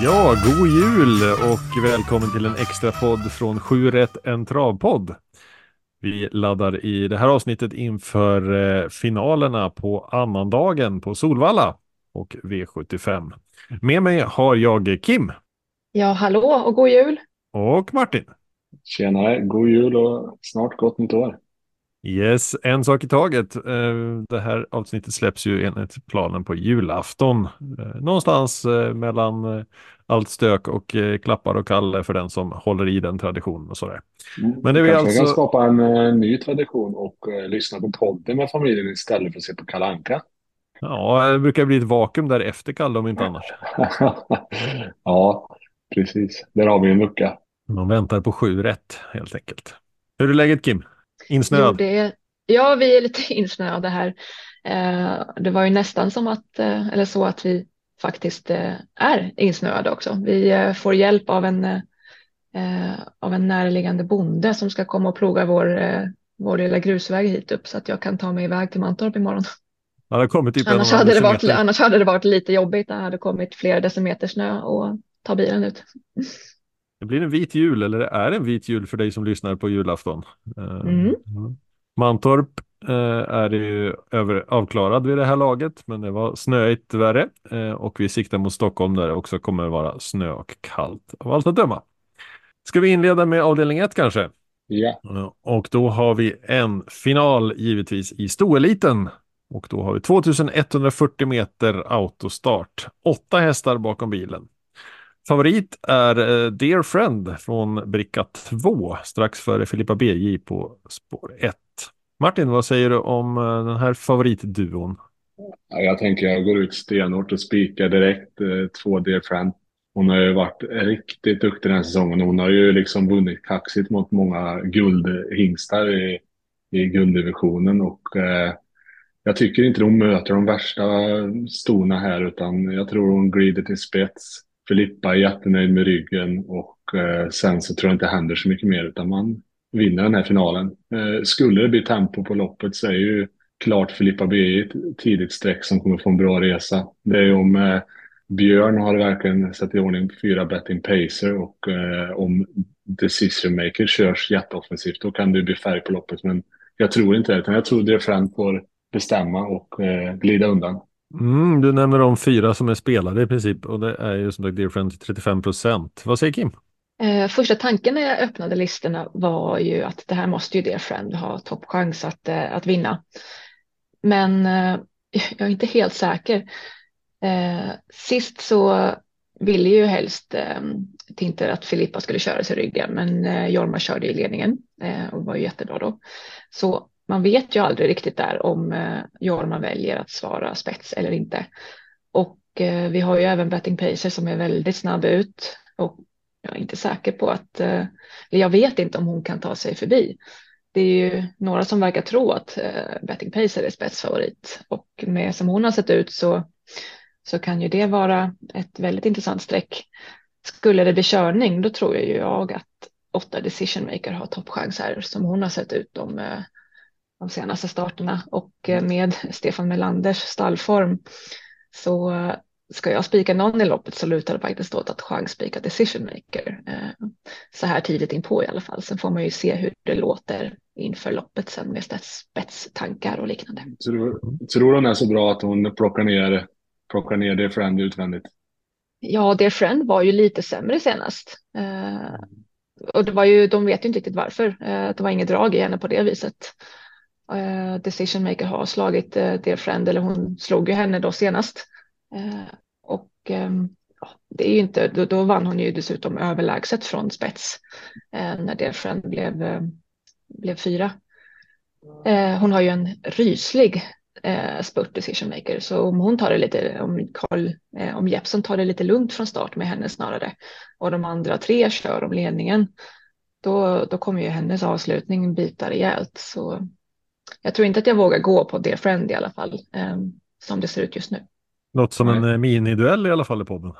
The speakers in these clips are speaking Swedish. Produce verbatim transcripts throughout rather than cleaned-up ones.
Ja, god jul och välkommen till en extra podd från sju rätt en travpodd. Vi laddar i det här avsnittet inför eh, finalerna på annandagen på Solvalla och V sjuttiofem. Med mig har jag Kim Ja, hallå och god jul. och Martin. Tjenare, god jul och snart gott nytt år. Yes, en sak i taget. Eh, Det här avsnittet släpps ju enligt planen på julafton. Eh, Någonstans eh, mellan eh, allt stök och eh, klappar och kalle för den som håller i den traditionen och sådär. Mm. Men det är vi Kanske jag kan alltså. skapa en eh, ny tradition och eh, lyssna på podden med familjen istället för att se på Kalle Anka. Ja, det brukar bli ett vakuum där efter Kalle om inte annars. Ja, precis. Där har vi en lucka. Man väntar på sju rätt helt enkelt. Hur är läget Kim? Jo, Insnöad? det är, ja, vi är lite insnöade här. Eh, det var ju nästan som att, eh, eller så att vi faktiskt eh, är insnöade också. Vi eh, får hjälp av en, eh, av en närliggande bonde som ska komma och ploga vår, eh, vår lilla grusväg hit upp så att jag kan ta mig iväg till Mantorp imorgon. Ja, det har kommit typ en och en Annars halv hade det varit, decimeter. annars hade det varit lite jobbigt. Det hade kommit flera decimeter snö och ta bilen ut. Det blir en vit jul, eller det är en vit jul för dig som lyssnar på julafton. Eh, Mm. ja. Mantorp eh, är det ju över, avklarad vid det här laget, men det var snöigt värre. Eh, och vi siktar mot Stockholm där det också kommer vara snö och kallt av allt att döma. Ska vi inleda med avdelning ett kanske? Ja. Ja, och då har vi en final givetvis i stoeliten. Och då har vi tvåtusenetthundrafyrtio meter autostart. Åtta hästar bakom bilen. Favorit är eh, Dear Friend från bricka två. Strax före Filippa B J på spår ett. Martin, vad säger du om eh, den här favoritduon? Ja, jag tänker jag går ut stenhårt och spikar direkt eh, två Dear Friend. Hon har ju varit riktigt duktig den här säsongen. Hon har ju liksom vunnit kaxigt mot många guldhingstar i, i gulddivisionen och eh, jag tycker inte de möter de värsta stona här utan jag tror hon glider till spets. Filippa är jättenöjd med ryggen och eh, sen så tror jag inte det händer så mycket mer utan man vinner den här finalen. Eh, skulle det bli tempo på loppet så är ju klart Filippa B ett tidigt streck som kommer få en bra resa. Det är ju om eh, Björn har verkligen satt i ordning fyra betting pacer och eh, om decision maker körs jätteoffensivt då kan det bli färg på loppet men jag tror inte det utan jag tror det är Friend får bestämma och eh, glida undan. Mm, du nämner de fyra som är spelade i princip och det är ju som sagt Dear Friend till trettiofem procent. Vad säger Kim? Eh, första tanken när jag öppnade listorna var ju att det här måste ju Dear Friend ha toppchans att, eh, att vinna. Men eh, jag är inte helt säker. Eh, sist så ville ju helst eh, Tinter att Filippa skulle köra sig i ryggen, men eh, Jorma körde i ledningen eh, och var ju jättebra då. Så man vet ju aldrig riktigt där om eh, Jorma väljer att svara spets eller inte. Och eh, vi har ju även Betting Pacer som är väldigt snabb ut och jag är inte säker på att, eh, jag vet inte om hon kan ta sig förbi. Det är ju några som verkar tro att eh, Betting Pacer är spetsfavorit och med som hon har sett ut så, så kan ju det vara ett väldigt intressant streck. Skulle det bli körning då tror jag ju jag att åtta Decision Maker har toppchans här som hon har sett ut de, eh, de senaste starterna och eh, med Stefan Melanders stallform så eh, ska jag spika någon i loppet så lutar det faktiskt åt att chans spika Decision Maker eh, så här tidigt in på i alla fall. Sen får man ju se hur det låter inför loppet sen med spetstankar och liknande. Tror, tror hon är så bra att hon plockar ner, plockar ner det Friend utvändigt? Ja, Dear Friend var ju lite sämre senast. Eh, och det var ju, de vet ju inte riktigt varför. Eh, det var inget drag i henne på det viset. Eh, Decision Maker har slagit eh, Dear Friend, eller hon slog ju henne då senast. Eh, och ehm, ja, det är ju inte, då, då vann hon ju dessutom överlägset från spets eh, när Dear Friend blev, eh, blev fyra. Eh, hon har ju en ryslig eh, spurt Decision Maker, så om hon tar det lite, om Carl, eh, om Jeppson tar det lite lugnt från start med henne snarare och de andra tre kör om ledningen, då, då kommer ju hennes avslutning bita rejält. Så jag tror inte att jag vågar gå på Dear Friend i alla fall, eh, som det ser ut just nu. Något som en Nej. eh, miniduell i alla fall i podden.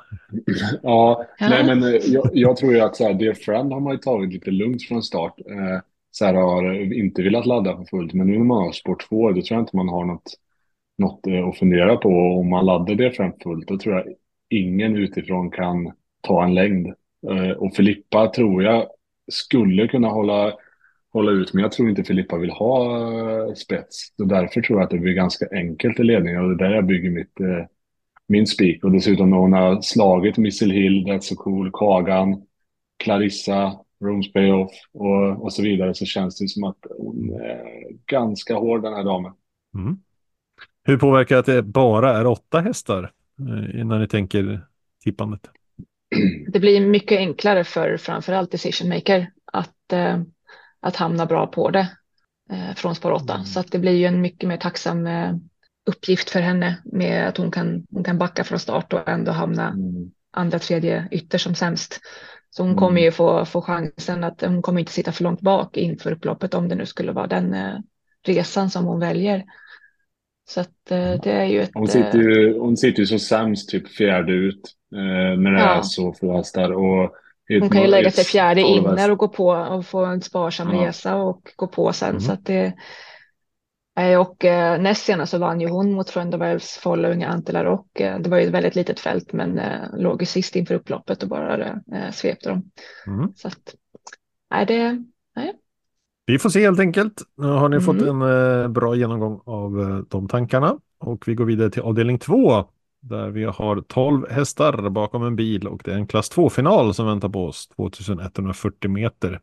Ja, nej Ja. men eh, jag, jag tror ju att så här, Dear Friend har man ju tagit lite lugnt från start. Eh, så här har inte velat ladda för fullt, men nu när man har sport två, då tror jag inte man har något, något eh, att fundera på. Om man laddar Dear Friend fullt, då tror jag ingen utifrån kan ta en längd. Eh, och Filippa tror jag skulle kunna hålla, hålla ut, men jag tror inte Filippa vill ha eh, spets. Så därför tror jag att det blir ganska enkelt i ledningen, och det är där jag bygger mitt, eh, min spik. Och dessutom när hon har slagit Missile Hill, That's So Cool, Kagan, Clarissa, Rooms Payoff och, och så vidare, så känns det som att hon är ganska hård, den här damen. Mm. Hur påverkar att det bara är åtta hästar eh, när ni tänker tippandet? Det blir mycket enklare för framförallt decision maker att, eh, att hamna bra på det eh, från spår åtta. Mm. Så att det blir ju en mycket mer tacksam eh, uppgift för henne med att hon kan, hon kan backa från start och ändå hamna Mm. andra, tredje ytter som sämst. Så hon Mm. kommer ju få, få chansen att hon kommer inte sitta för långt bak inför upploppet om det nu skulle vara den eh, resan som hon väljer. Så att eh, det är ju ett... Hon sitter ju, hon sitter ju så sämst typ fjärde ut eh, när det Ja. är så få hästar. Och Hon kan ju lägga sig ett fjärde tolv häst- inner och gå på och få en sparsam Ja. resa och gå på sen. Mm. Så att det är, och eh, näst senast så vann ju hon mot Friend of Elves Following Antler, och eh, det var ju ett väldigt litet fält, men eh, låg ju sist inför upploppet och bara eh, svepte dem. Mm. Så att, nej det, nej. Vi får se helt enkelt. Nu har ni Mm. fått en eh, bra genomgång av eh, de tankarna. Och vi går vidare till avdelning två. Där vi har tolv hästar bakom en bil. Och det är en klass två-final som väntar på oss. tjugoett fyrtio meter.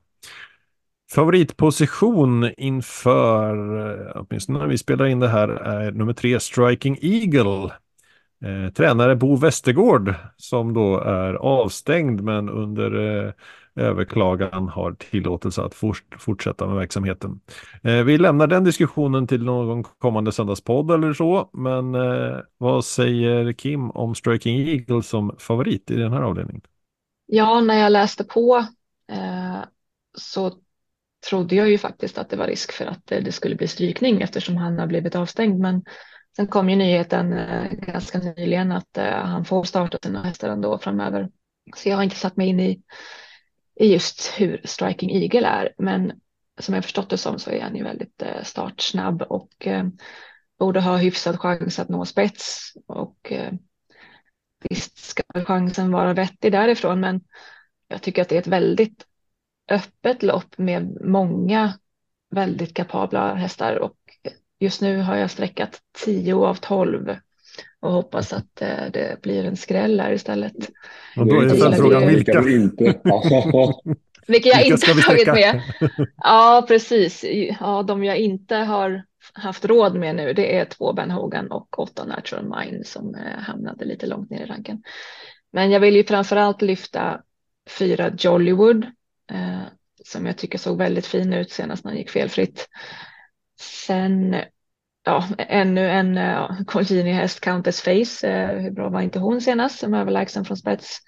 Favoritposition inför, eh, åtminstone när vi spelar in det här, är nummer tre Striking Eagle. Eh, tränare Bo Westergård, som då är avstängd men under eh, överklagan har tillåtelse att fort- fortsätta med verksamheten. Eh, vi lämnar den diskussionen till någon kommande söndagspodd eller så, men eh, vad säger Kim om Striking Eagle som favorit i den här avdelningen? Ja, när jag läste på eh, så trodde jag ju faktiskt att det var risk för att eh, det skulle bli strykning eftersom han har blivit avstängd, men sen kom ju nyheten eh, ganska nyligen att eh, han får starta sina hästar ändå framöver. Så jag har inte satt mig in i, i just hur Striking Eagle är, men som jag förstått det som så är han ju väldigt eh, startsnabb och eh, borde ha hyfsad chans att nå spets, och eh, visst ska chansen vara vettig därifrån, men jag tycker att det är ett väldigt öppet lopp med många väldigt kapabla hästar, och just nu har jag sträckat tio av tolv och hoppas att eh, det blir en skräll här istället. Och då är Jag gillar följdfrågan det. vilka? du inte. Vilka jag Vilka inte ska vi har tagit sträcka? med. Ja, precis. Ja, de jag inte har haft råd med nu, det är två Ben Hogan och åtta Natural Mind som eh, hamnade lite långt ner i ranken. Men jag vill ju framförallt lyfta fyra Jollywood eh, som jag tycker såg väldigt fin ut senast när han gick felfritt. Sen ja, ännu en uh, Colgjini-häst, Countess Face. Uh, hur bra var inte hon senast som överlägsen från spets?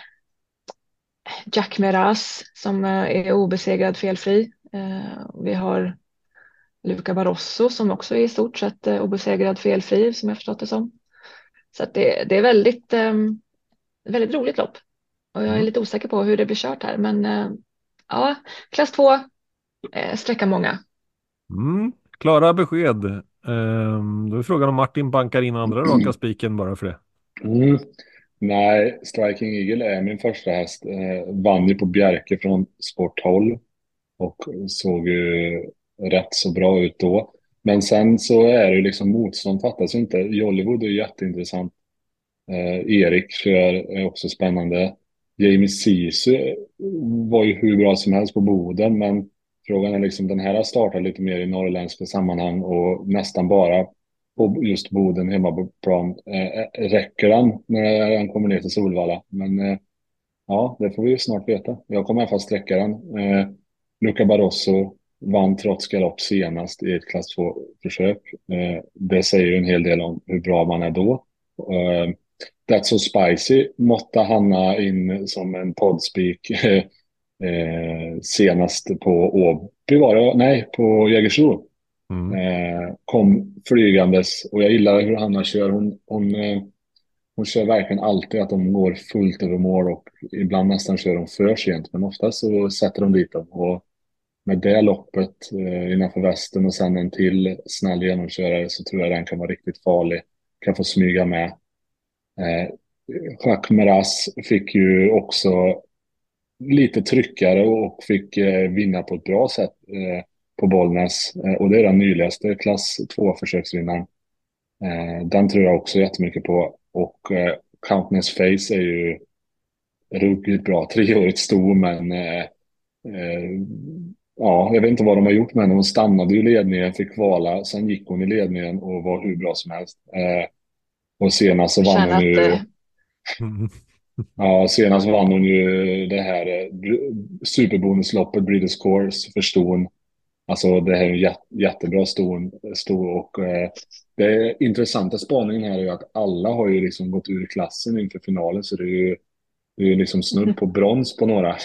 Jack Meras som uh, är obesegrad felfri. Uh, vi har Luca Barroso som också är i stort sett uh, obesegrad felfri som jag förstått det som. Så att det, det är väldigt, um, väldigt roligt lopp. Och jag är Mm. lite osäker på hur det blir kört här. Men uh, ja, klass två, uh, sträcka många. Mm. Klara besked. Ehm, då är frågan om Martin bankar in andra raka spiken bara för det. Mm. Nej, Striking Eagle är min första häst. Eh, vann ju på Bjerke från sport tolv och såg ju rätt så bra ut då. Men sen så är det ju liksom motstånd fattas ju inte. Jollywood är ju jätteintressant. Eh, Erik kör är också spännande. Jamie Sisu var ju hur bra som helst på Boden, men frågan är liksom, den här har startat lite mer i norrländska sammanhang och nästan bara på just Boden hemma på plan. Eh, räcker den när han kommer ner till Solvalla? Men eh, ja, det får vi ju snart veta. Jag kommer i alla fall sträcka den. Eh, Luca Barroso vann trots galopp senast i ett klass två-försök. Eh, det säger ju en hel del om hur bra man är då. Eh, That's So Spicy måtte hamna in som en poddspeak eh, senast på Åby var det, nej, på Jägersro. Mm. Eh, kom flygandes och jag gillar hur Hanna kör. Hon, hon, eh, hon kör verkligen alltid att de går fullt över mål och ibland nästan kör de för sent, men ofta så sätter de dit dem. Och med det loppet eh, innanför västen och sen en till snäll genomkörare så tror jag den kan vara riktigt farlig. Kan få smyga med. Eh, Jacques Meras fick ju också lite tryckare och fick eh, vinna på ett bra sätt eh, på Bollnäs. Eh, och det är den nyligaste klass två försöksvinnaren. Eh, den tror jag också jättemycket på. Och eh, Countness Face är ju ruggigt bra. Treårigt sto, men eh, eh, ja, jag vet inte vad de har gjort med henne. Hon stannade i ledningen, fick kvala. Sen gick hon i ledningen och var hur bra som helst. Eh, och senast så vann hon Tjänat ju eh, Mm. Ja, senast vann hon ju det här eh, br- superbonusloppet Breeders' Course för ston. Alltså det här är en jät- jättebra ston, sto och eh, det intressanta spaningen här är ju att alla har ju liksom gått ur klassen inför finalen, så det är ju, det är ju liksom snudd på brons på några.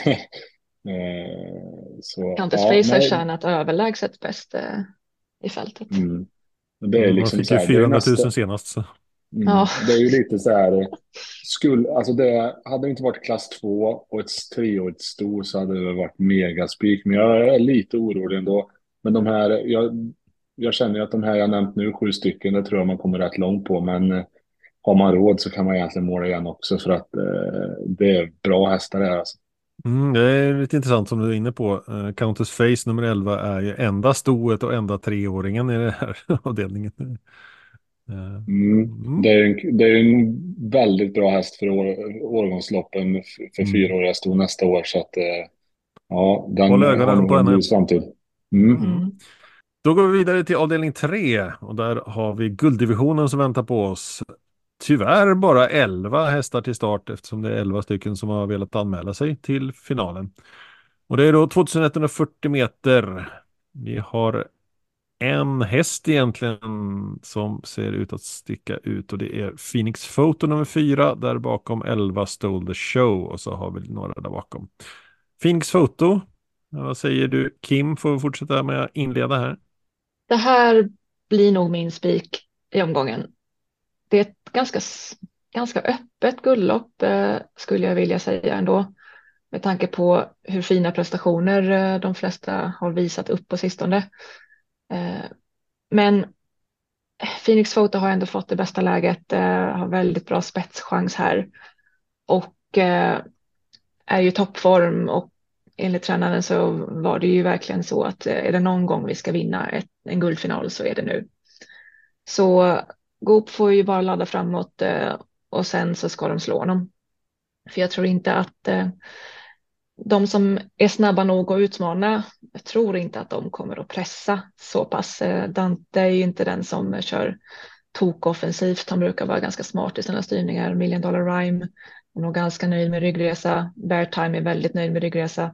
eh, så Countess ja, Face har nej. tjänat överlägset bäst eh, i fältet. Mm. Det är Mm, man liksom fick så ju här, det är nästa, fyrahundratusen senast. Så. Mm. Ja, Det är ju lite så här, skulle, alltså det hade det inte varit klass två och ett treårigt sto så hade det varit megaspik. Men jag är lite orolig ändå. Men de här, jag, jag känner ju att de här jag nämnt nu, sju stycken, det tror jag man kommer rätt långt på. Men eh, har man råd så kan man egentligen måla igen också för att eh, det är bra hästar det här. Alltså. Mm, det är lite intressant som du är inne på. Uh, Countess Face nummer elva är ju enda stoet och enda treåringen i den här avdelningen. Uh, Mm. mm, Det är en, det är en väldigt bra häst för år, årgångsloppen f- för mm. fyraåriga sto nästa år. Så att eh, ja, Håll den har ögonen nog på en henne. ljus framtid. Mm. Mm. mm. Då går vi vidare till avdelning tre och där har vi gulddivisionen som väntar på oss. Tyvärr bara elva hästar till start eftersom det är elva stycken som har velat anmäla sig till finalen. Och det är då tjugoett fyrtio meter. Vi har en häst egentligen som ser ut att sticka ut och det är Phoenix Photo nummer fyra. Där bakom elva Stole the Show och så har vi några där bakom. Phoenix Photo, vad säger du? Kim, får vi fortsätta med att inleda här? Det här blir nog min spik i omgången. Det är ett ganska, s- ganska öppet guldlopp eh, skulle jag vilja säga ändå. Med tanke på hur fina prestationer eh, de flesta har visat upp på sistone. Eh, men Phoenix Photo har ändå fått det bästa läget, eh, har väldigt bra spetschans här och eh, är ju i toppform och enligt tränaren så var det ju verkligen så att eh, är det någon gång vi ska vinna ett, en guldfinal så är det nu. Så Goop får ju bara ladda framåt eh, och sen så ska de slå honom. För jag tror inte att eh, de som är snabba nog att utmana, jag tror inte att de kommer att pressa så pass. Eh, Dante är ju inte den som kör tokoffensivt. Han brukar vara ganska smart i sina styrningar. Million Dollar Rhyme är nog ganska nöjd med ryggresa. Bear Time är väldigt nöjd med ryggresa.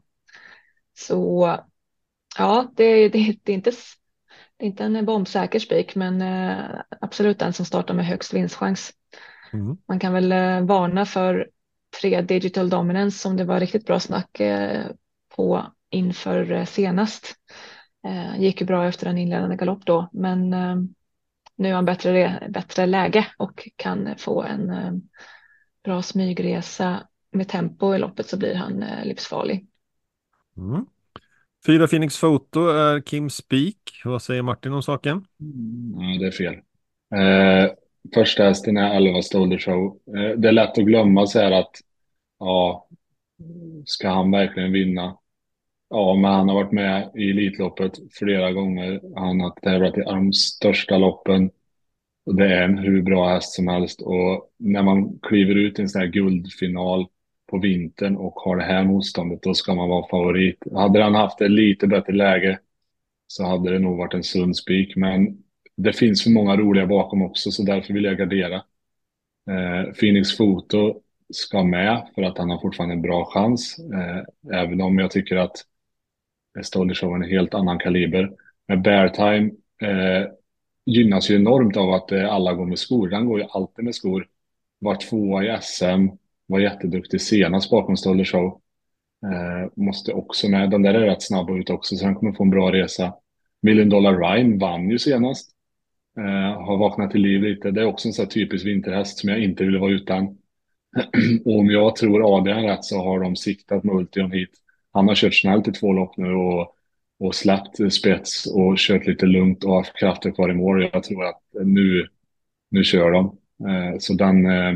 Så ja, det, det, det är inte det är inte en bombsäker spik, men eh, absolut den som startar med högst vinstchans. Mm. Man kan väl eh, varna för tre Digital Dominance som det var riktigt bra snack eh, på inför eh, senast. Eh, gick ju bra efter en inledande galopp då, men eh, nu har han bättre, bättre läge och kan få en eh, bra smygresa med tempo i loppet så blir han eh, livsfarlig. Mm. Fyra Phoenix Photo är Kim Spik. Vad säger Martin om saken? Mm, ja, det är fel. Eh, första hästen är elva Stolder Show. Eh, det är lätt att glömma så här att ja, ska han verkligen vinna? Ja, men han har varit med i Elitloppet flera gånger. Han har tävlat i de största loppen. Och det är en hur bra häst som helst. Och när man kliver ut i en sån här guldfinal på vintern och har det här motståndet, då ska man vara favorit. Hade han haft ett lite bättre läge så hade det nog varit en sund spik. Men det finns för många roliga bakom också, så därför vill jag gardera. Eh, Phoenix Photo ska med för att han har fortfarande en bra chans. Eh, även om jag tycker att Stolder Show är en helt annan kaliber. Men Bear Time eh, gynnas ju enormt av att eh, alla går med skor. Han går ju alltid med skor. Var tvåa i S M, var jätteduktig senast bakom Stolder Show. Eh, måste också med. Den där är rätt snabb ut också, så han kommer få en bra resa. Million Dollar Rhyme vann ju senast. Eh, har vaknat till liv lite. Det är också en sån här typisk vinterhäst som jag inte vill vara utan. Och om jag tror Adrian rätt så har de siktat Multion hit. Han har kört snällt i två lopp nu och, och släppt spets och kört lite lugnt och haft krafter kvar i mål. Jag tror att nu, nu kör de. Eh, så den, eh,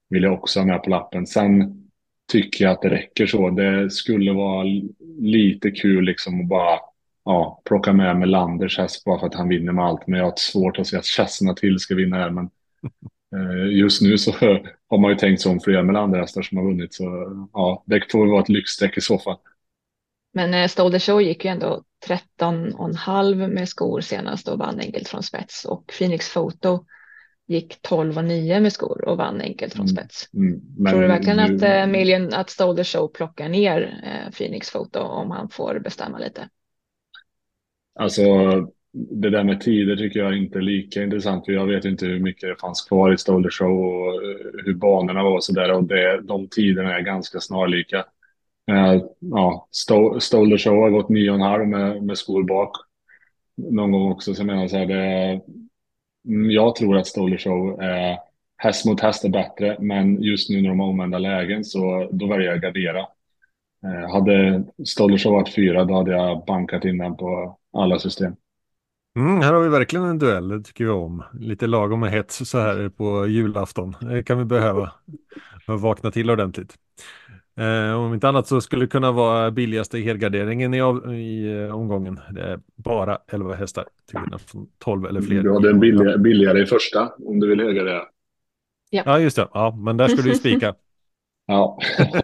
vill jag också ha med på lappen. Sen tycker jag att det räcker så. Det skulle vara lite kul liksom att bara ja, plocka med Melanders häst bara för att han vinner med allt. Men jag har svårt att se att Chestnut till ska vinna här. Men eh, just nu så har man ju tänkt sig om flera Melander-hästar som har vunnit. Så ja, det får väl vara ett lyxstreck i så fall. Men eh, Stolder Show gick ju ändå tretton och en halv med skor senast och vann enkelt från spets. Och Phoenix Photo gick tolv och nio med skor och vann enkelt från spets. Mm, mm, Tror du verkligen nu, att, eh, Million, att Stolder Show plockar ner eh, Phoenix Photo om han får bestämma lite? Alltså, det där med tider tycker jag inte är lika intressant. För jag vet inte hur mycket det fanns kvar i Stolder Show och eh, hur banorna var och sådär. Och det, de tiderna är ganska snarlika. Eh, ja, Sto- Stolder Show har gått nio och en halv med, med skor bak. Någon gång också. Så jag menar så här, det, mm, jag tror att Stolder Show är häst mot häst är bättre. Men just nu när de har omvända lägen så då väljer jag att gardera. Eh, hade Stolder Show varit fyra då hade jag bankat in den på alla system. Mm, här har vi verkligen en duell, det tycker jag om. Lite lagom med hets så här på julafton. Det kan vi behöva. Vakna till ordentligt. Eh, om inte annat så skulle det kunna vara billigaste helgarderingen i, av, i eh, omgången. Det är bara elva hästar till skillnad från tolv eller fler. Du hade en billigare, billigare i första om du vill höja det. Ja. Ja, just det. Ja, men där ska du ju spika. Ja.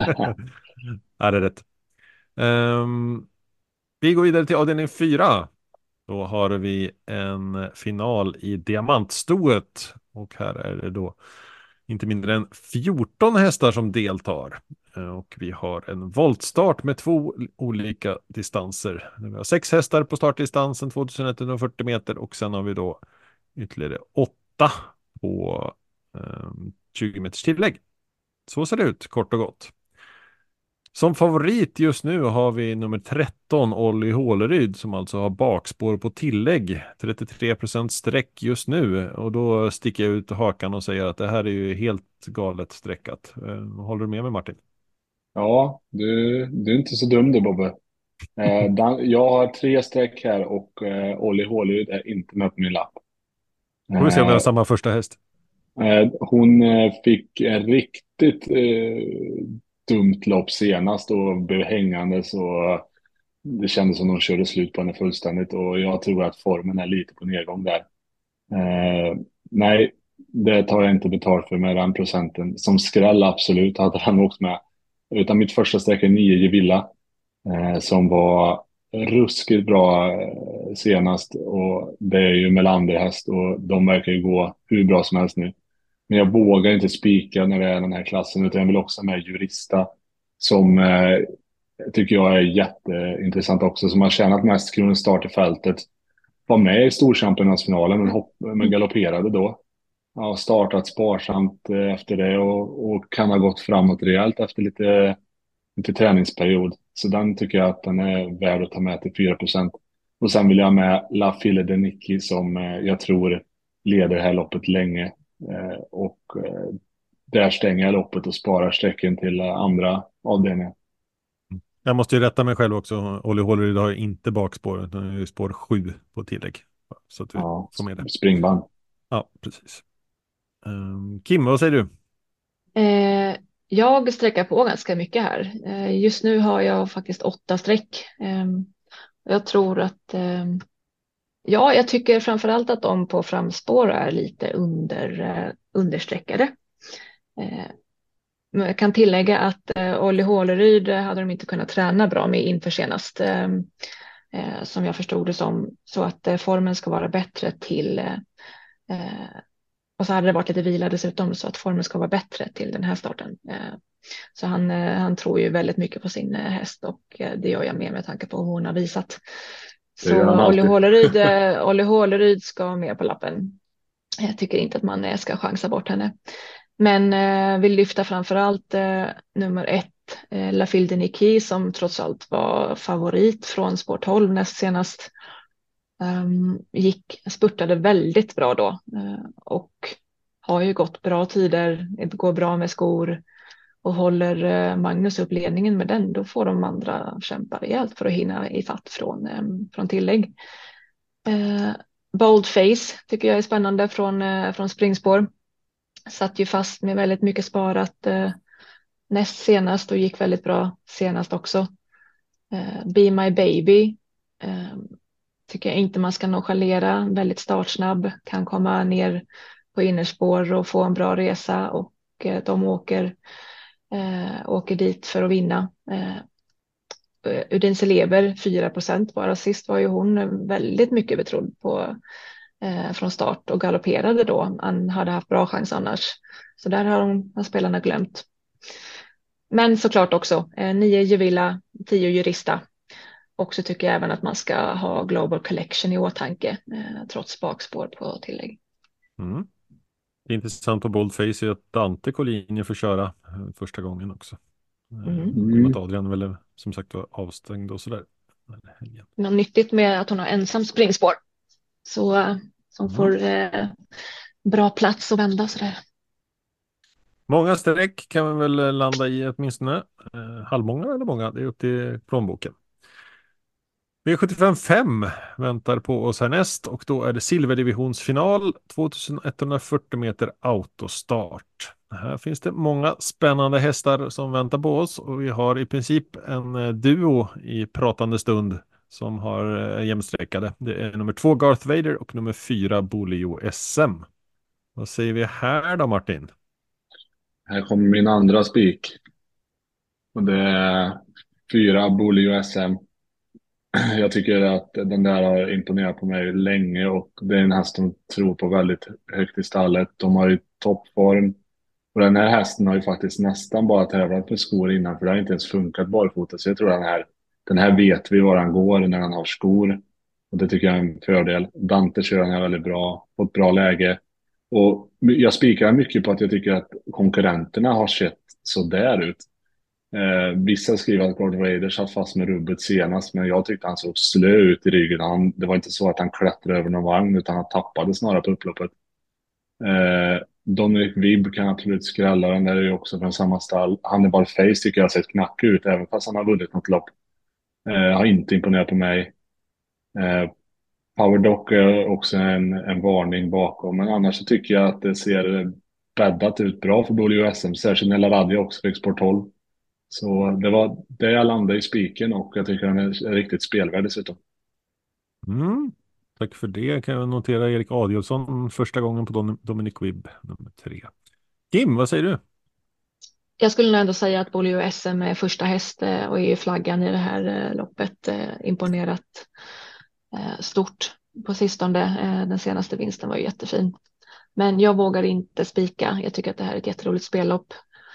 Ja, det är rätt. Um, vi går vidare till avdelning fyra. Då har vi en final i diamantstoet. Och här är det då inte mindre än fjorton hästar som deltar. Och vi har en voltstart med två olika distanser. Vi har sex hästar på startdistansen tjugoett fyrtio meter och sen har vi då ytterligare åtta på um, tjugo meters tillägg. Så ser det ut, kort och gott. Som favorit just nu har vi nummer tretton, Olli Håleryd, som alltså har bakspår på tillägg. trettiotre procent streck just nu. Och då sticker jag ut hakan och säger att det här är ju helt galet streckat. Håller du med mig, Martin? Ja, du, du är inte så dum du, Bobbe. Eh, Dan, jag har tre streck här och eh, Olli Håleryd är inte med på min lapp. Får vi se om vi har Eh, samma första häst. eh, hon eh, fick en riktigt eh, dumt lopp senast och blev hängande så det kändes som de körde slut på henne fullständigt och jag tror att formen är lite på nedgång där. Eh, nej, det tar jag inte betalt för med den procenten. Som skräll absolut hade han åkt med. Utan mitt första streck är nio Gevilla eh, som var ruskigt bra eh, senast och det är ju Melander-häst och de verkar ju gå hur bra som helst nu. Men jag vågar inte spika när det är den här klassen utan jag vill också med Jurista som eh, tycker jag är jätteintressant också som har tjänat mest kronor start i fältet. Var med i storchampionatsfinalen men, hopp, men galopperade då. Ja, startat sparsamt eh, efter det och, och kan ha gått framåt rejält efter lite, lite träningsperiod. Så den tycker jag att den är värd att ta med till fyra procent. Och sen vill jag ha med La Fille de Nicky som eh, jag tror leder det här loppet länge. Eh, och eh, där stänger jag loppet och sparar sträcken till eh, andra avdelningen. Jag måste ju rätta mig själv också. Olli Håleryd har inte bakspår utan det är spår sju på tillägg. Så att vi Ja, får med det. springband. Ja, precis. Um, Kim, vad säger du? Eh, jag sträcker på ganska mycket här. Eh, just nu har jag faktiskt åtta streck. Eh, jag tror att eh, ja, jag tycker framförallt att de på framspår är lite under, eh, understreckade. Eh, men jag kan tillägga att eh, Olli Håleryd hade de inte kunnat träna bra med inför senast. Eh, eh, som jag förstod det som. Så att eh, formen ska vara bättre till eh, och så hade det varit lite vila dessutom så att formen ska vara bättre till den här starten. Så han, han tror ju väldigt mycket på sin häst och det gör jag med med tanke på hur hon har visat. Så Olli Håleryd, Olli Håleryd ska med på lappen. Jag tycker inte att man ska chansa bort henne. Men vill lyfta framförallt nummer ett, La Fille de Nicky, som trots allt var favorit från spår tolv näst senast. Um, gick, spurtade väldigt bra då uh, och har ju gått bra tider, det går bra med skor och håller uh, Magnus upp ledningen med den, då får de andra kämpa rejält för att hinna ifatt från, um, från tillägg. Uh, Boldface tycker jag är spännande från, uh, från springspår. satt ju fast med väldigt mycket sparat eh, näst senast och gick väldigt bra senast också. Eh, Be My Baby eh, tycker jag inte man ska nonchalera. Väldigt startsnabb, kan komma ner på innerspår och få en bra resa, och eh, de åker, eh, åker dit för att vinna. Eh, Udin Celeber fyra procent bara. Sist var ju hon väldigt mycket betrodd på eh, från start och galopperade då. Han hade haft bra chans annars. Så där har, de, har spelarna glömt. Men såklart också eh, nio Juvilla, tio Jurista. Och så tycker jag även att man ska ha Global Collection i åtanke eh, trots bakspår på tillägg. Mm. Det är intressant på Boldface är att Dante Colligni får köra eh, första gången också. Mm. Mm. Att Adrian väl som sagt var avstängd och sådär. Något nyttigt med att hon har ensam springspår. Så eh, som Mm. får eh, bra plats att vända sådär. Många streck kan man väl landa i åtminstone. Eh, halvmånga eller många, det är upp till plånboken. V sjuttiofem fem väntar på oss härnäst och då är det silverdivisionsfinal tjugoetthundrafyrtio meter autostart. Här finns det många spännande hästar som väntar på oss och vi har i princip en eh, duo i pratande stund som har eh, jämsträckade. Det är nummer två Garth Vader och nummer fyra Bolio S M. Vad säger vi här då, Martin? Här kommer min andra spik. Och det är fyra Bolio S M. Jag tycker att den där har imponerat på mig länge och det är en häst som tror på väldigt högt i stallet. De har ju toppform. Och den här hästen har ju faktiskt nästan bara tävlat med skor innan, för det har inte ens funkat barfota. Så jag tror den här, den här vet vi var han går när han har skor. Och det tycker jag är en fördel. Dante kör den här väldigt bra, på ett bra läge. Och jag spikar mycket på att jag tycker att konkurrenterna har sett så där ut. Eh, vissa skriver att Gordon Raider satt fast med rubbet senast, men jag tyckte han såg slö ut i ryggen. Han, det var inte så att han klättrade över någon vagn, utan han tappade snarare på upploppet. Eh, Dominic Vibb kan absolut skrälla, den där är ju också från samma stall. Hannibal Face tycker jag har sett knackig ut, även fast han har vunnit något lopp. Eh, har inte imponerat på mig. Eh, Power Dock är också en, en varning bakom, men annars så tycker jag att det ser bäddat ut bra för Bolio S M, särskilt när Laradja också fick sport tolv. Så det var det jag landade i spiken och jag tycker den är riktigt spelvärd dessutom. Mm. Tack för det. Kan jag notera Erik Adielsson första gången på Dom- Dominic Wibb, nummer tre. Kim, vad säger du? Jag skulle nog ändå säga att Bolio S M är första häst eh, och är ju flaggan i det här eh, loppet. Eh, imponerat eh, stort på sistone. Eh, den senaste vinsten var ju jättefin. Men jag vågar inte spika. Jag tycker att det här är ett jätteroligt spellopp.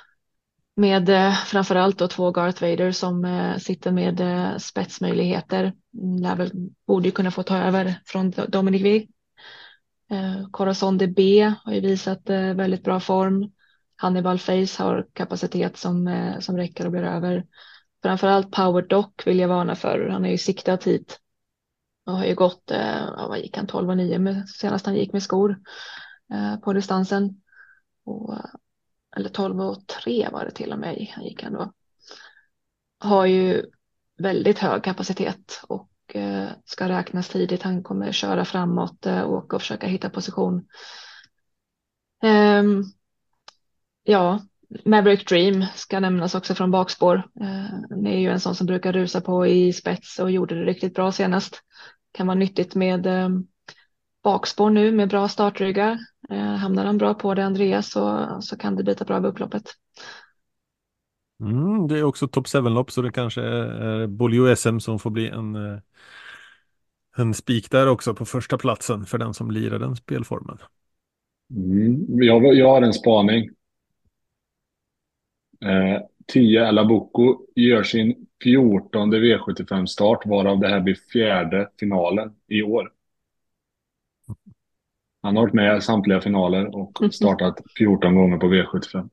Med eh, framförallt då två Garth Vader som eh, sitter med eh, spetsmöjligheter. Lär väl, borde ju kunna få ta över från Dominic V. Eh, Corazon de B har ju visat eh, väldigt bra form. Hannibal Face har kapacitet som, eh, som räcker och blir över. Framförallt Power Dock vill jag varna för. Han är ju siktat hit och har ju gått, eh, ja, vad gick han, tolv och nio med, senast han gick med skor eh, på distansen. Och, eller tolv och tre var det till och med han gick han då. Har ju väldigt hög kapacitet och eh, ska räknas tidigt. Han kommer köra framåt eh, och, och försöka hitta position. Um, ja, Maverick Dream ska nämnas också från bakspår. Uh, det är ju en sån som brukar rusa på i spets och gjorde det riktigt bra senast. Kan vara nyttigt med um, bakspår nu med bra startryggar. Uh, hamnar han bra på det, Andreas, så, så kan det bita bra över upploppet. Mm, det är också top seven-lopp så det kanske är Bolio S M som får bli en, eh, en spik där också på första platsen för den som lirar den spelformen. Mm. Jag, jag har en spaning. Eh, tio Alabuco gör sin fjortonde V sjuttiofem-start, varav det här blir fjärde finalen i år. Han har varit med i samtliga finaler och startat fjorton gånger på V sjuttiofem.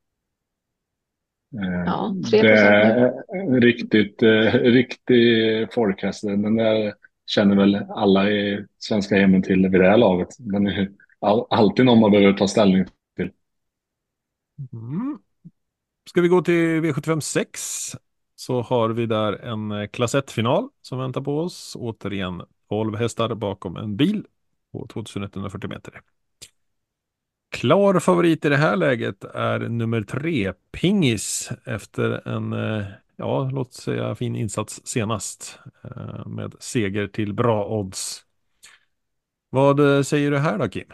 Eh, Ja, tre det procent nu. är riktigt, eh, riktig folkhäst. Den där känner väl alla i svenska hemmen till vid det här laget. Den är all, alltid någon man behöver ta ställning till. Mm. Ska vi gå till V sjuttiofem sex så har vi där en eh, klass ett-final som väntar på oss. Återigen tolv hästar bakom en bil på tjugoetthundrafyrtio meter. klar favorit i det här läget är nummer tre, Pingis, efter en, eh, ja, låt säga fin insats senast eh, med seger till bra odds. Vad eh, säger du här då, Kim?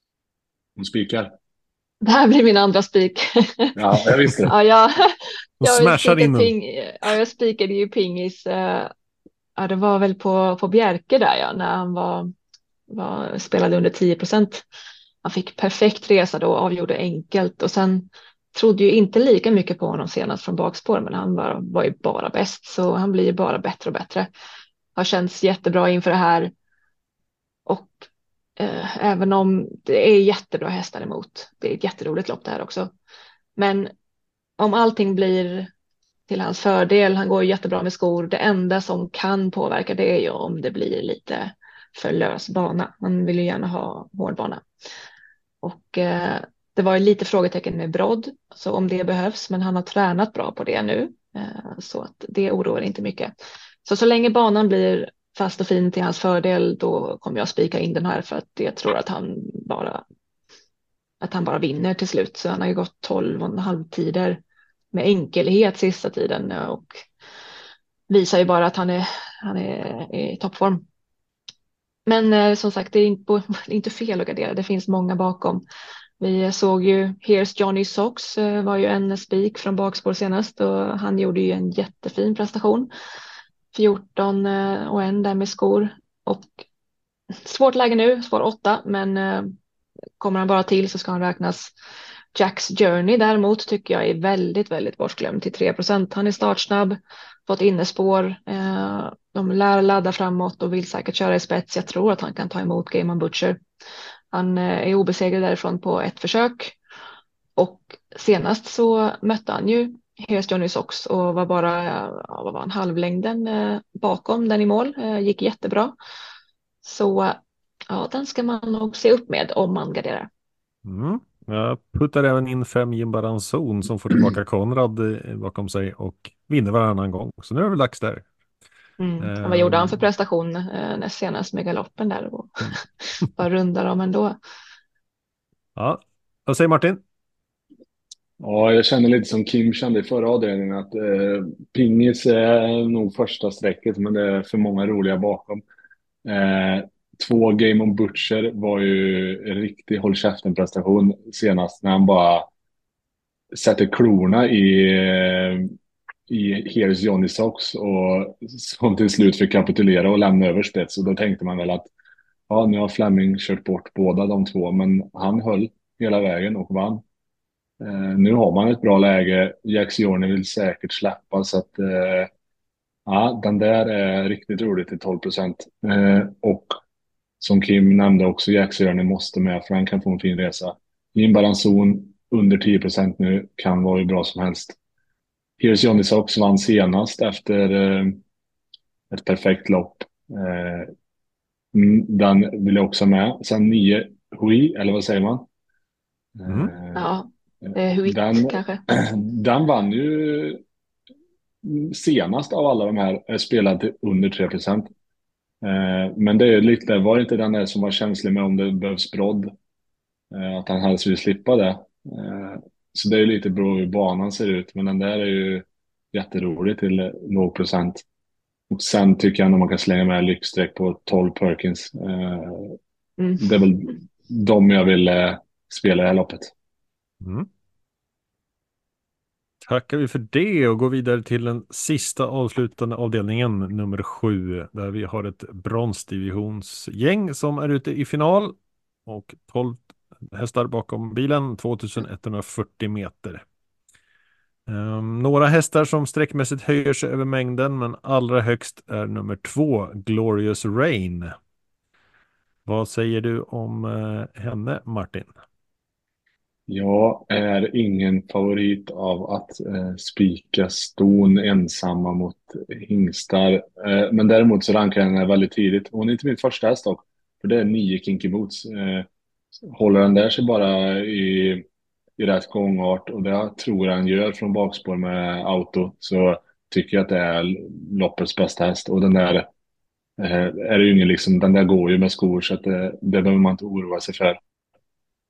Hon spikar. Det här blir min andra spik. Ja, jag visste det. Ja, jag, Hon jag, smashar in spikade den. ping, ja, jag spikade ju Pingis. eh, Ja, det var väl på, på Bjerke där, ja, när han var, var, spelade under tio procent. Han fick perfekt resa då och avgjorde enkelt. Och sen trodde ju inte lika mycket på honom senast från bakspår, men han var, var ju bara bäst. Så han blir ju bara bättre och bättre. Har känts jättebra inför det här. Och eh, även om det är jättebra hästar emot. Det är ett jätteroligt lopp det här också. Men om allting blir till hans fördel, han går ju jättebra med skor. Det enda som kan påverka det är ju om det blir lite för lös bana. Man vill ju gärna ha hård bana. Och eh, det var ju lite frågetecken med brodd, så om det behövs, men han har tränat bra på det nu, eh, så att det oroar inte mycket. Så så länge banan blir fast och fin till hans fördel, då kommer jag spika in den här, för att jag tror att han bara att han bara vinner till slut. Så han har ju gått tolv och en halv tider med enkelhet sista tiden och visar ju bara att han är, han är i toppform. Men eh, som sagt, det är inte, det är inte fel att gardera. Det finns många bakom. Vi såg ju Here's Johnny Sox eh, var ju en spik från bakspår senast och han gjorde ju en jättefin prestation. fjorton eh, och en där med skor. Och svårt läge nu, svår åtta, men eh, kommer han bara till så ska han räknas. Jacks Journey däremot tycker jag är väldigt, väldigt bortglömd till tre procent. Han är startsnabb, fått innespår. Eh, de lär ladda framåt och vill säkert köra i spets. Jag tror att han kan ta emot Game on Butcher. Han eh, är obesegrad därifrån på ett försök. Och senast så mötte han ju Here's Johnny Sox och var bara ja, vad var han, halvlängden eh, bakom den i mål. Eh, gick jättebra. Så ja, den ska man nog se upp med om man garderar. Mm. Jag puttar även in fem Jimbaranzon som får tillbaka Konrad eh, bakom sig och vinner varannan gång. Så nu är det väl dags där. Mm. Och vad gjorde han för Ehm, prestation eh, näst senast med galoppen där? Och mm. bara rundar dem ändå. Ja, vad säger Martin? Ja, jag känner lite som Kim kände i förra avdelningen att eh, Pingis är nog första strecket, men det är för många roliga bakom. Eh, två Game on Butcher var ju en riktig håll käften-prestation senast när han bara sätter klorna i, eh, i Here's Johnny Sox och som till slut fick kapitulera och lämna över spets. Och då tänkte man väl att ja, nu har Fleming kört bort båda de två, men han höll hela vägen och vann. Eh, nu har man ett bra läge. Jacks Journey vill säkert släppa, så att eh, ja, den där är riktigt rolig till tolv procent. Eh, och som Kim nämnde också, Jacks Journey måste med för han kan få en fin resa. Jim Baranzon under tio procent nu kan vara hur bra som helst. Here's Johnny Sox vann senast efter eh, ett perfekt lopp. Eh, mm, den vill jag också med. Sen nio Hui, eller vad säger man? Mm. Eh, Ja, det är Huit den, kanske. den vann ju senast av alla de här, är spelad till under tre procent. Eh, men det är lite, var det inte den där som var känslig med om det behövs brodd? Eh, att han helst vill slippa det. Eh, så det är ju lite bra hur banan ser ut, men den där är ju jätterolig till låg procent. Och sen tycker jag att man kan slänga med lyxstreck på tolv Perkins. Eh, Mm. det är väl de jag vill eh, spela i det här loppet. Mm. Tackar vi för det och går vidare till den sista avslutande avdelningen, nummer sju, där vi har ett bronsdivisionsgäng som är ute i final och tolv hästar bakom bilen, tvåtusenetthundrafyrtio meter. Um, några hästar som sträckmässigt höjer sig över mängden, men allra högst är nummer två, Glorious Rain. Vad säger du om uh, henne, Martin? Jag är ingen favorit av att eh, spika ston ensamma mot hingstar. Eh, men däremot så rankar jag henne väldigt tidigt. Hon är inte min första häst dock, för det är nio Kinky Boots. Eh, håller den där sig bara i, i rätt gångart, och det tror jag han gör från bakspår med auto, så tycker jag att det är loppets bästa häst. Och den där eh, är det ju ingen liksom, den där går ju med skor, så att det, det behöver man inte oroa sig för.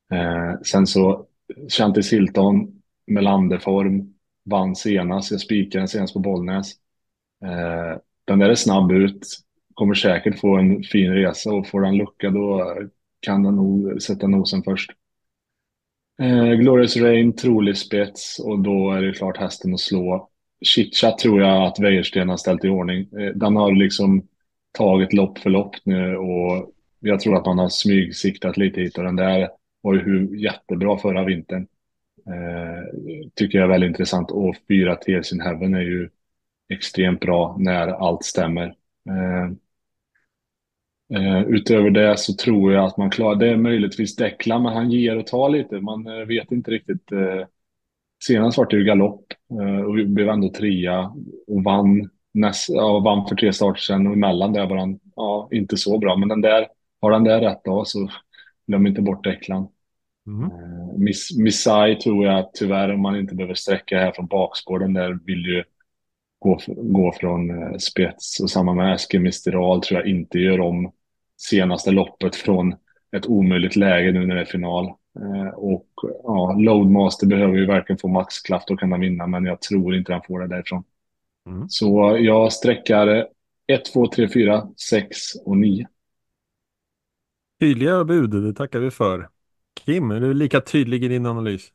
Eh, sen så Chantis Hilton med landeform vann senast. Jag spikade den senast på Bollnäs. Eh, den där är snabb ut. Kommer säkert få en fin resa och får den lucka då kan den nog sätta nosen först. Eh, Glorious Rain, trolig spets och då är det klart hästen att slå. Chitchat tror jag att Wäjersten har ställt i ordning. Eh, den har liksom tagit lopp för lopp nu och jag tror att man har smygsiktat lite hit och den där var ju hur jättebra förra vintern. Eh, tycker jag är väldigt intressant och fyra Tears in Heaven är ju extremt bra när allt stämmer. Eh, Eh, utöver det så tror jag att man klarar, det är möjligtvis Declan, men han ger och tar lite. Man eh, vet inte riktigt. Eh, senast var det ju galopp eh, och vi blev ändå trea och vann, näst, ja, vann för tre starter sedan och emellan där var han ja, inte så bra. Men den där, har den där rätt då så glöm inte bort Declan. Mm. Eh, Miss, Missai tror jag tyvärr om man inte behöver sträcka här från bakspår. Den där vill ju gå, gå från eh, spets och samma med Eske Misteral tror jag inte gör om senaste loppet från ett omöjligt läge nu när det är final. Eh, och ja, Loadmaster behöver ju verkligen få maxkraft och kunna vinna men jag tror inte han får det därifrån. Mm. Så jag sträckar ett, två, tre, fyra, sex och nio. Tydliga bud, det tackar vi för. Kim, är du lika tydlig i din analys?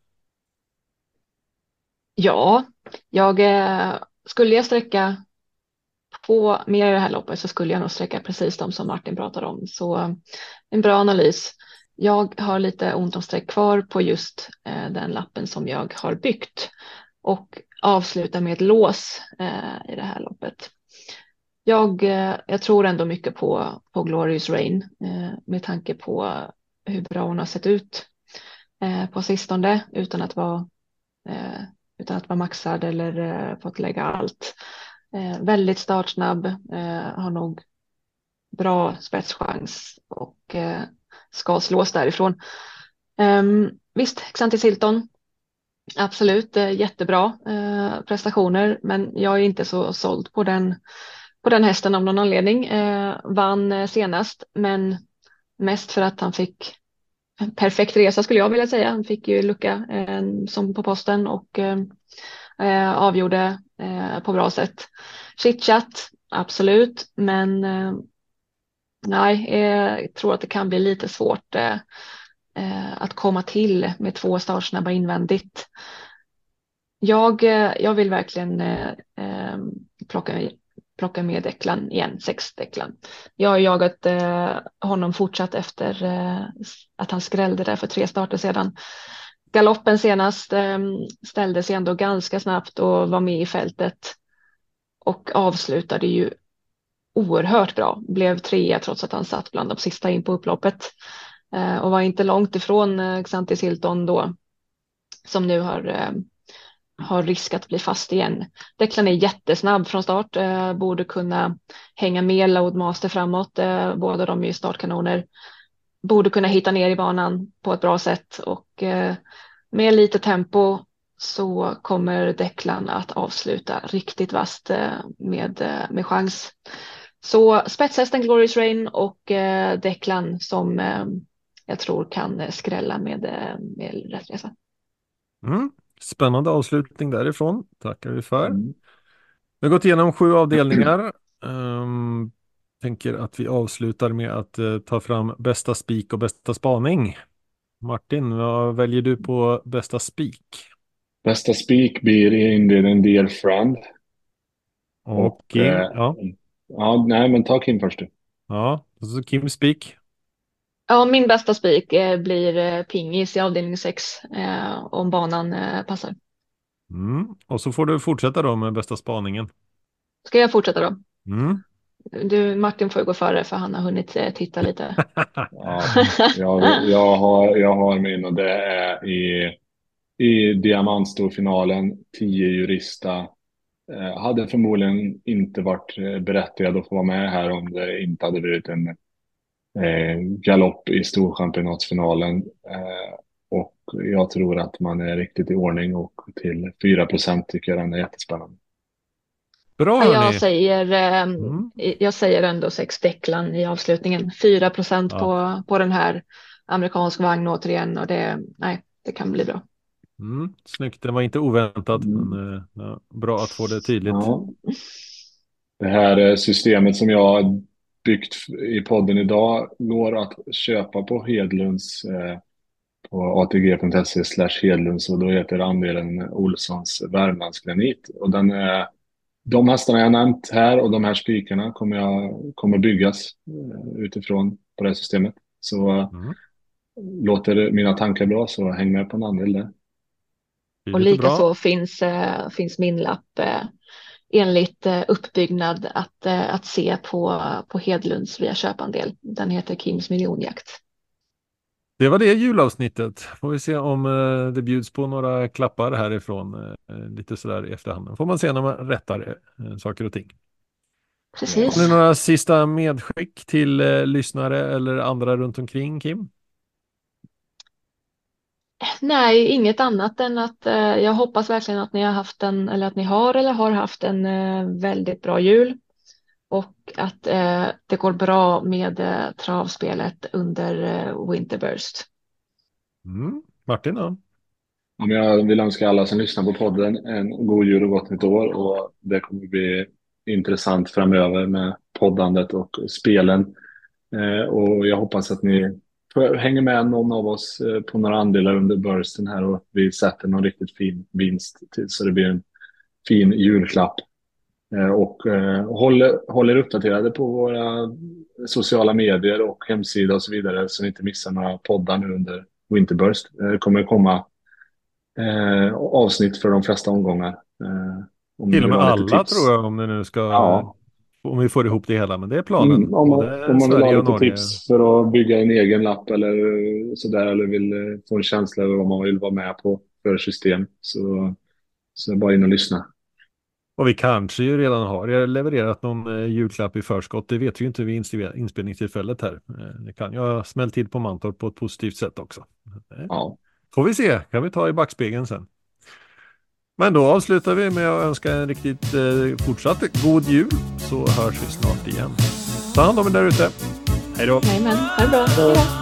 Ja, jag eh, skulle jag sträcka på mer i det här loppet så skulle jag nog sträcka precis de som Martin pratar om. Så eh, en bra analys. Jag har lite ont om streck kvar på just eh, den lappen som jag har byggt och avsluta med ett lås eh, i det här loppet. Jag, eh, jag tror ändå mycket på, på Glorious Rain eh, med tanke på hur bra hon har sett ut eh, på sistone utan att vara eh, utan att vara maxad eller eh, fått lägga allt. Eh, väldigt startsnabb, eh, har nog bra spetschans och eh, ska slås därifrån. Um, visst, Xantis Hilton, absolut eh, jättebra eh, prestationer, men jag är inte så såld på den, på den hästen av någon anledning. Eh, vann eh, senast, men mest för att han fick en perfekt resa skulle jag vilja säga. Han fick ju lucka eh, som på posten och eh, eh, avgjorde eh, på bra sätt. Chitchat, absolut, men eh, nej, eh, jag tror att det kan bli lite svårt eh, eh, att komma till med två startsnabba invändigt. Jag, eh, jag vill verkligen eh, eh, plocka, plocka med Declan igen, sex Declan. Jag har jagat eh, honom fortsatt efter eh, att han skrällde där för tre starter sedan. Galoppen senast eh, ställde sig ändå ganska snabbt och var med i fältet och avslutade ju oerhört bra. Blev trea trots att han satt bland de sista in på upploppet eh, och var inte långt ifrån eh, Xantis Hilton då som nu har, eh, har risk att bli fast igen. Declan är jättesnabb från start, eh, borde kunna hänga med Loadmaster framåt. Eh, båda de är ju startkanoner. Borde kunna hitta ner i banan på ett bra sätt och eh, med lite tempo så kommer Declan att avsluta riktigt vasst eh, med, eh, med chans. Så spetshästen Glorious Rain och eh, Declan som eh, jag tror kan eh, skrälla med, eh, med rätt resa. Mm. Spännande avslutning därifrån. Tackar vi för. Mm. Vi har gått igenom sju avdelningar. Um, tänker att vi avslutar med att uh, ta fram bästa spik och bästa spaning. Martin, vad väljer du på bästa spik? Bästa spik blir i inledningen Dear Friend. Och Och Kim, eh, ja. ja, nej men ta Kim först du. Ja, och så Kim spik. Ja, min bästa spik eh, blir eh, pingis i avdelning sex eh, om banan eh, passar. Mm. Och så får du fortsätta då med bästa spaningen. Ska jag fortsätta då? Mm. Du, Martin får ju gå före för han har hunnit eh, titta lite. Ja, jag, jag, har, jag har min och det är i, i diamantstorfinalen, tio jurista. Eh, hade förmodligen inte varit eh, berättigad att få vara med här om det inte hade blivit en eh, galopp i storchampionatsfinalen. Eh, och jag tror att man är riktigt i ordning och till fyra procent tycker jag den är jättespännande. Bra Ja, jag hörni. säger, eh, Mm. jag säger ändå sex Declan i avslutningen. fyra procent Ja. på, på den här. amerikansk vagn återigen och det, nej, det kan bli bra. Mm, snyggt, det var inte oväntat, Mm. men eh, ja, bra att få det tydligt. Ja. Det här systemet som jag har byggt i podden idag går att köpa på Hedlunds eh, på atg.se slash Hedlunds och då heter andelen Olssons Värmlandsgranit. Och den är, de hästarna jag nämnt här och de här spikarna kommer, jag, kommer byggas eh, utifrån på det här systemet. Så Mm. låter mina tankar bra så häng med på en andel där. Och likaså finns, äh, finns min lapp äh, enligt äh, uppbyggnad att, äh, att se på, på Hedlunds via köpandel. Den heter Kims miljonjakt. Det var det julavsnittet. Får vi se om uh, det bjuds på några klappar härifrån uh, lite sådär i efterhand. Får man se när man rättar uh, saker och ting. Precis. Har ni några sista medskick till uh, lyssnare eller andra runt omkring, Kim? Nej, inget annat än att eh, jag hoppas verkligen att ni har haft en, eller att ni har eller har haft en eh, väldigt bra jul och att eh, det går bra med eh, travspelet under eh, Winterburst. Mm. Martin då? Om jag vill önska alla som lyssnar på podden en god jul och gott nytt år och det kommer bli intressant framöver med poddandet och spelen. Eh, och jag hoppas att ni hänger med någon av oss eh, på några andelar under bursten här och vi sätter någon riktigt fin vinst till, så det blir en fin julklapp. Eh, och eh, håller, håller uppdaterade på våra sociala medier och hemsida och så vidare så ni inte missar några poddar nu under Winterburst. Det kommer komma eh, avsnitt för de flesta omgångar. Eh, om Till och med alla tips. tror jag om det nu ska... Ja. Om vi får ihop det hela, men det är planen. Mm, om, man, om man vill ha lite tips för att bygga en egen lapp eller sådär, eller vill få en känsla över vad man vill vara med på för system, så, så bara in och lyssna. Och vi kanske ju redan har levererat någon eh, julklapp i förskott. Det vet vi ju inte vid inspelningstillfället här. Eh, det kan ju ha smällt till på Mantorp på ett positivt sätt också. Eh, ja. Får vi se, kan vi ta i backspegeln sen. Men då avslutar vi med att önska en riktigt eh, fortsatt god jul, så hörs vi snart igen. Ta hand om er där ute. Hej då! Nej men, ha det bra. Hej då.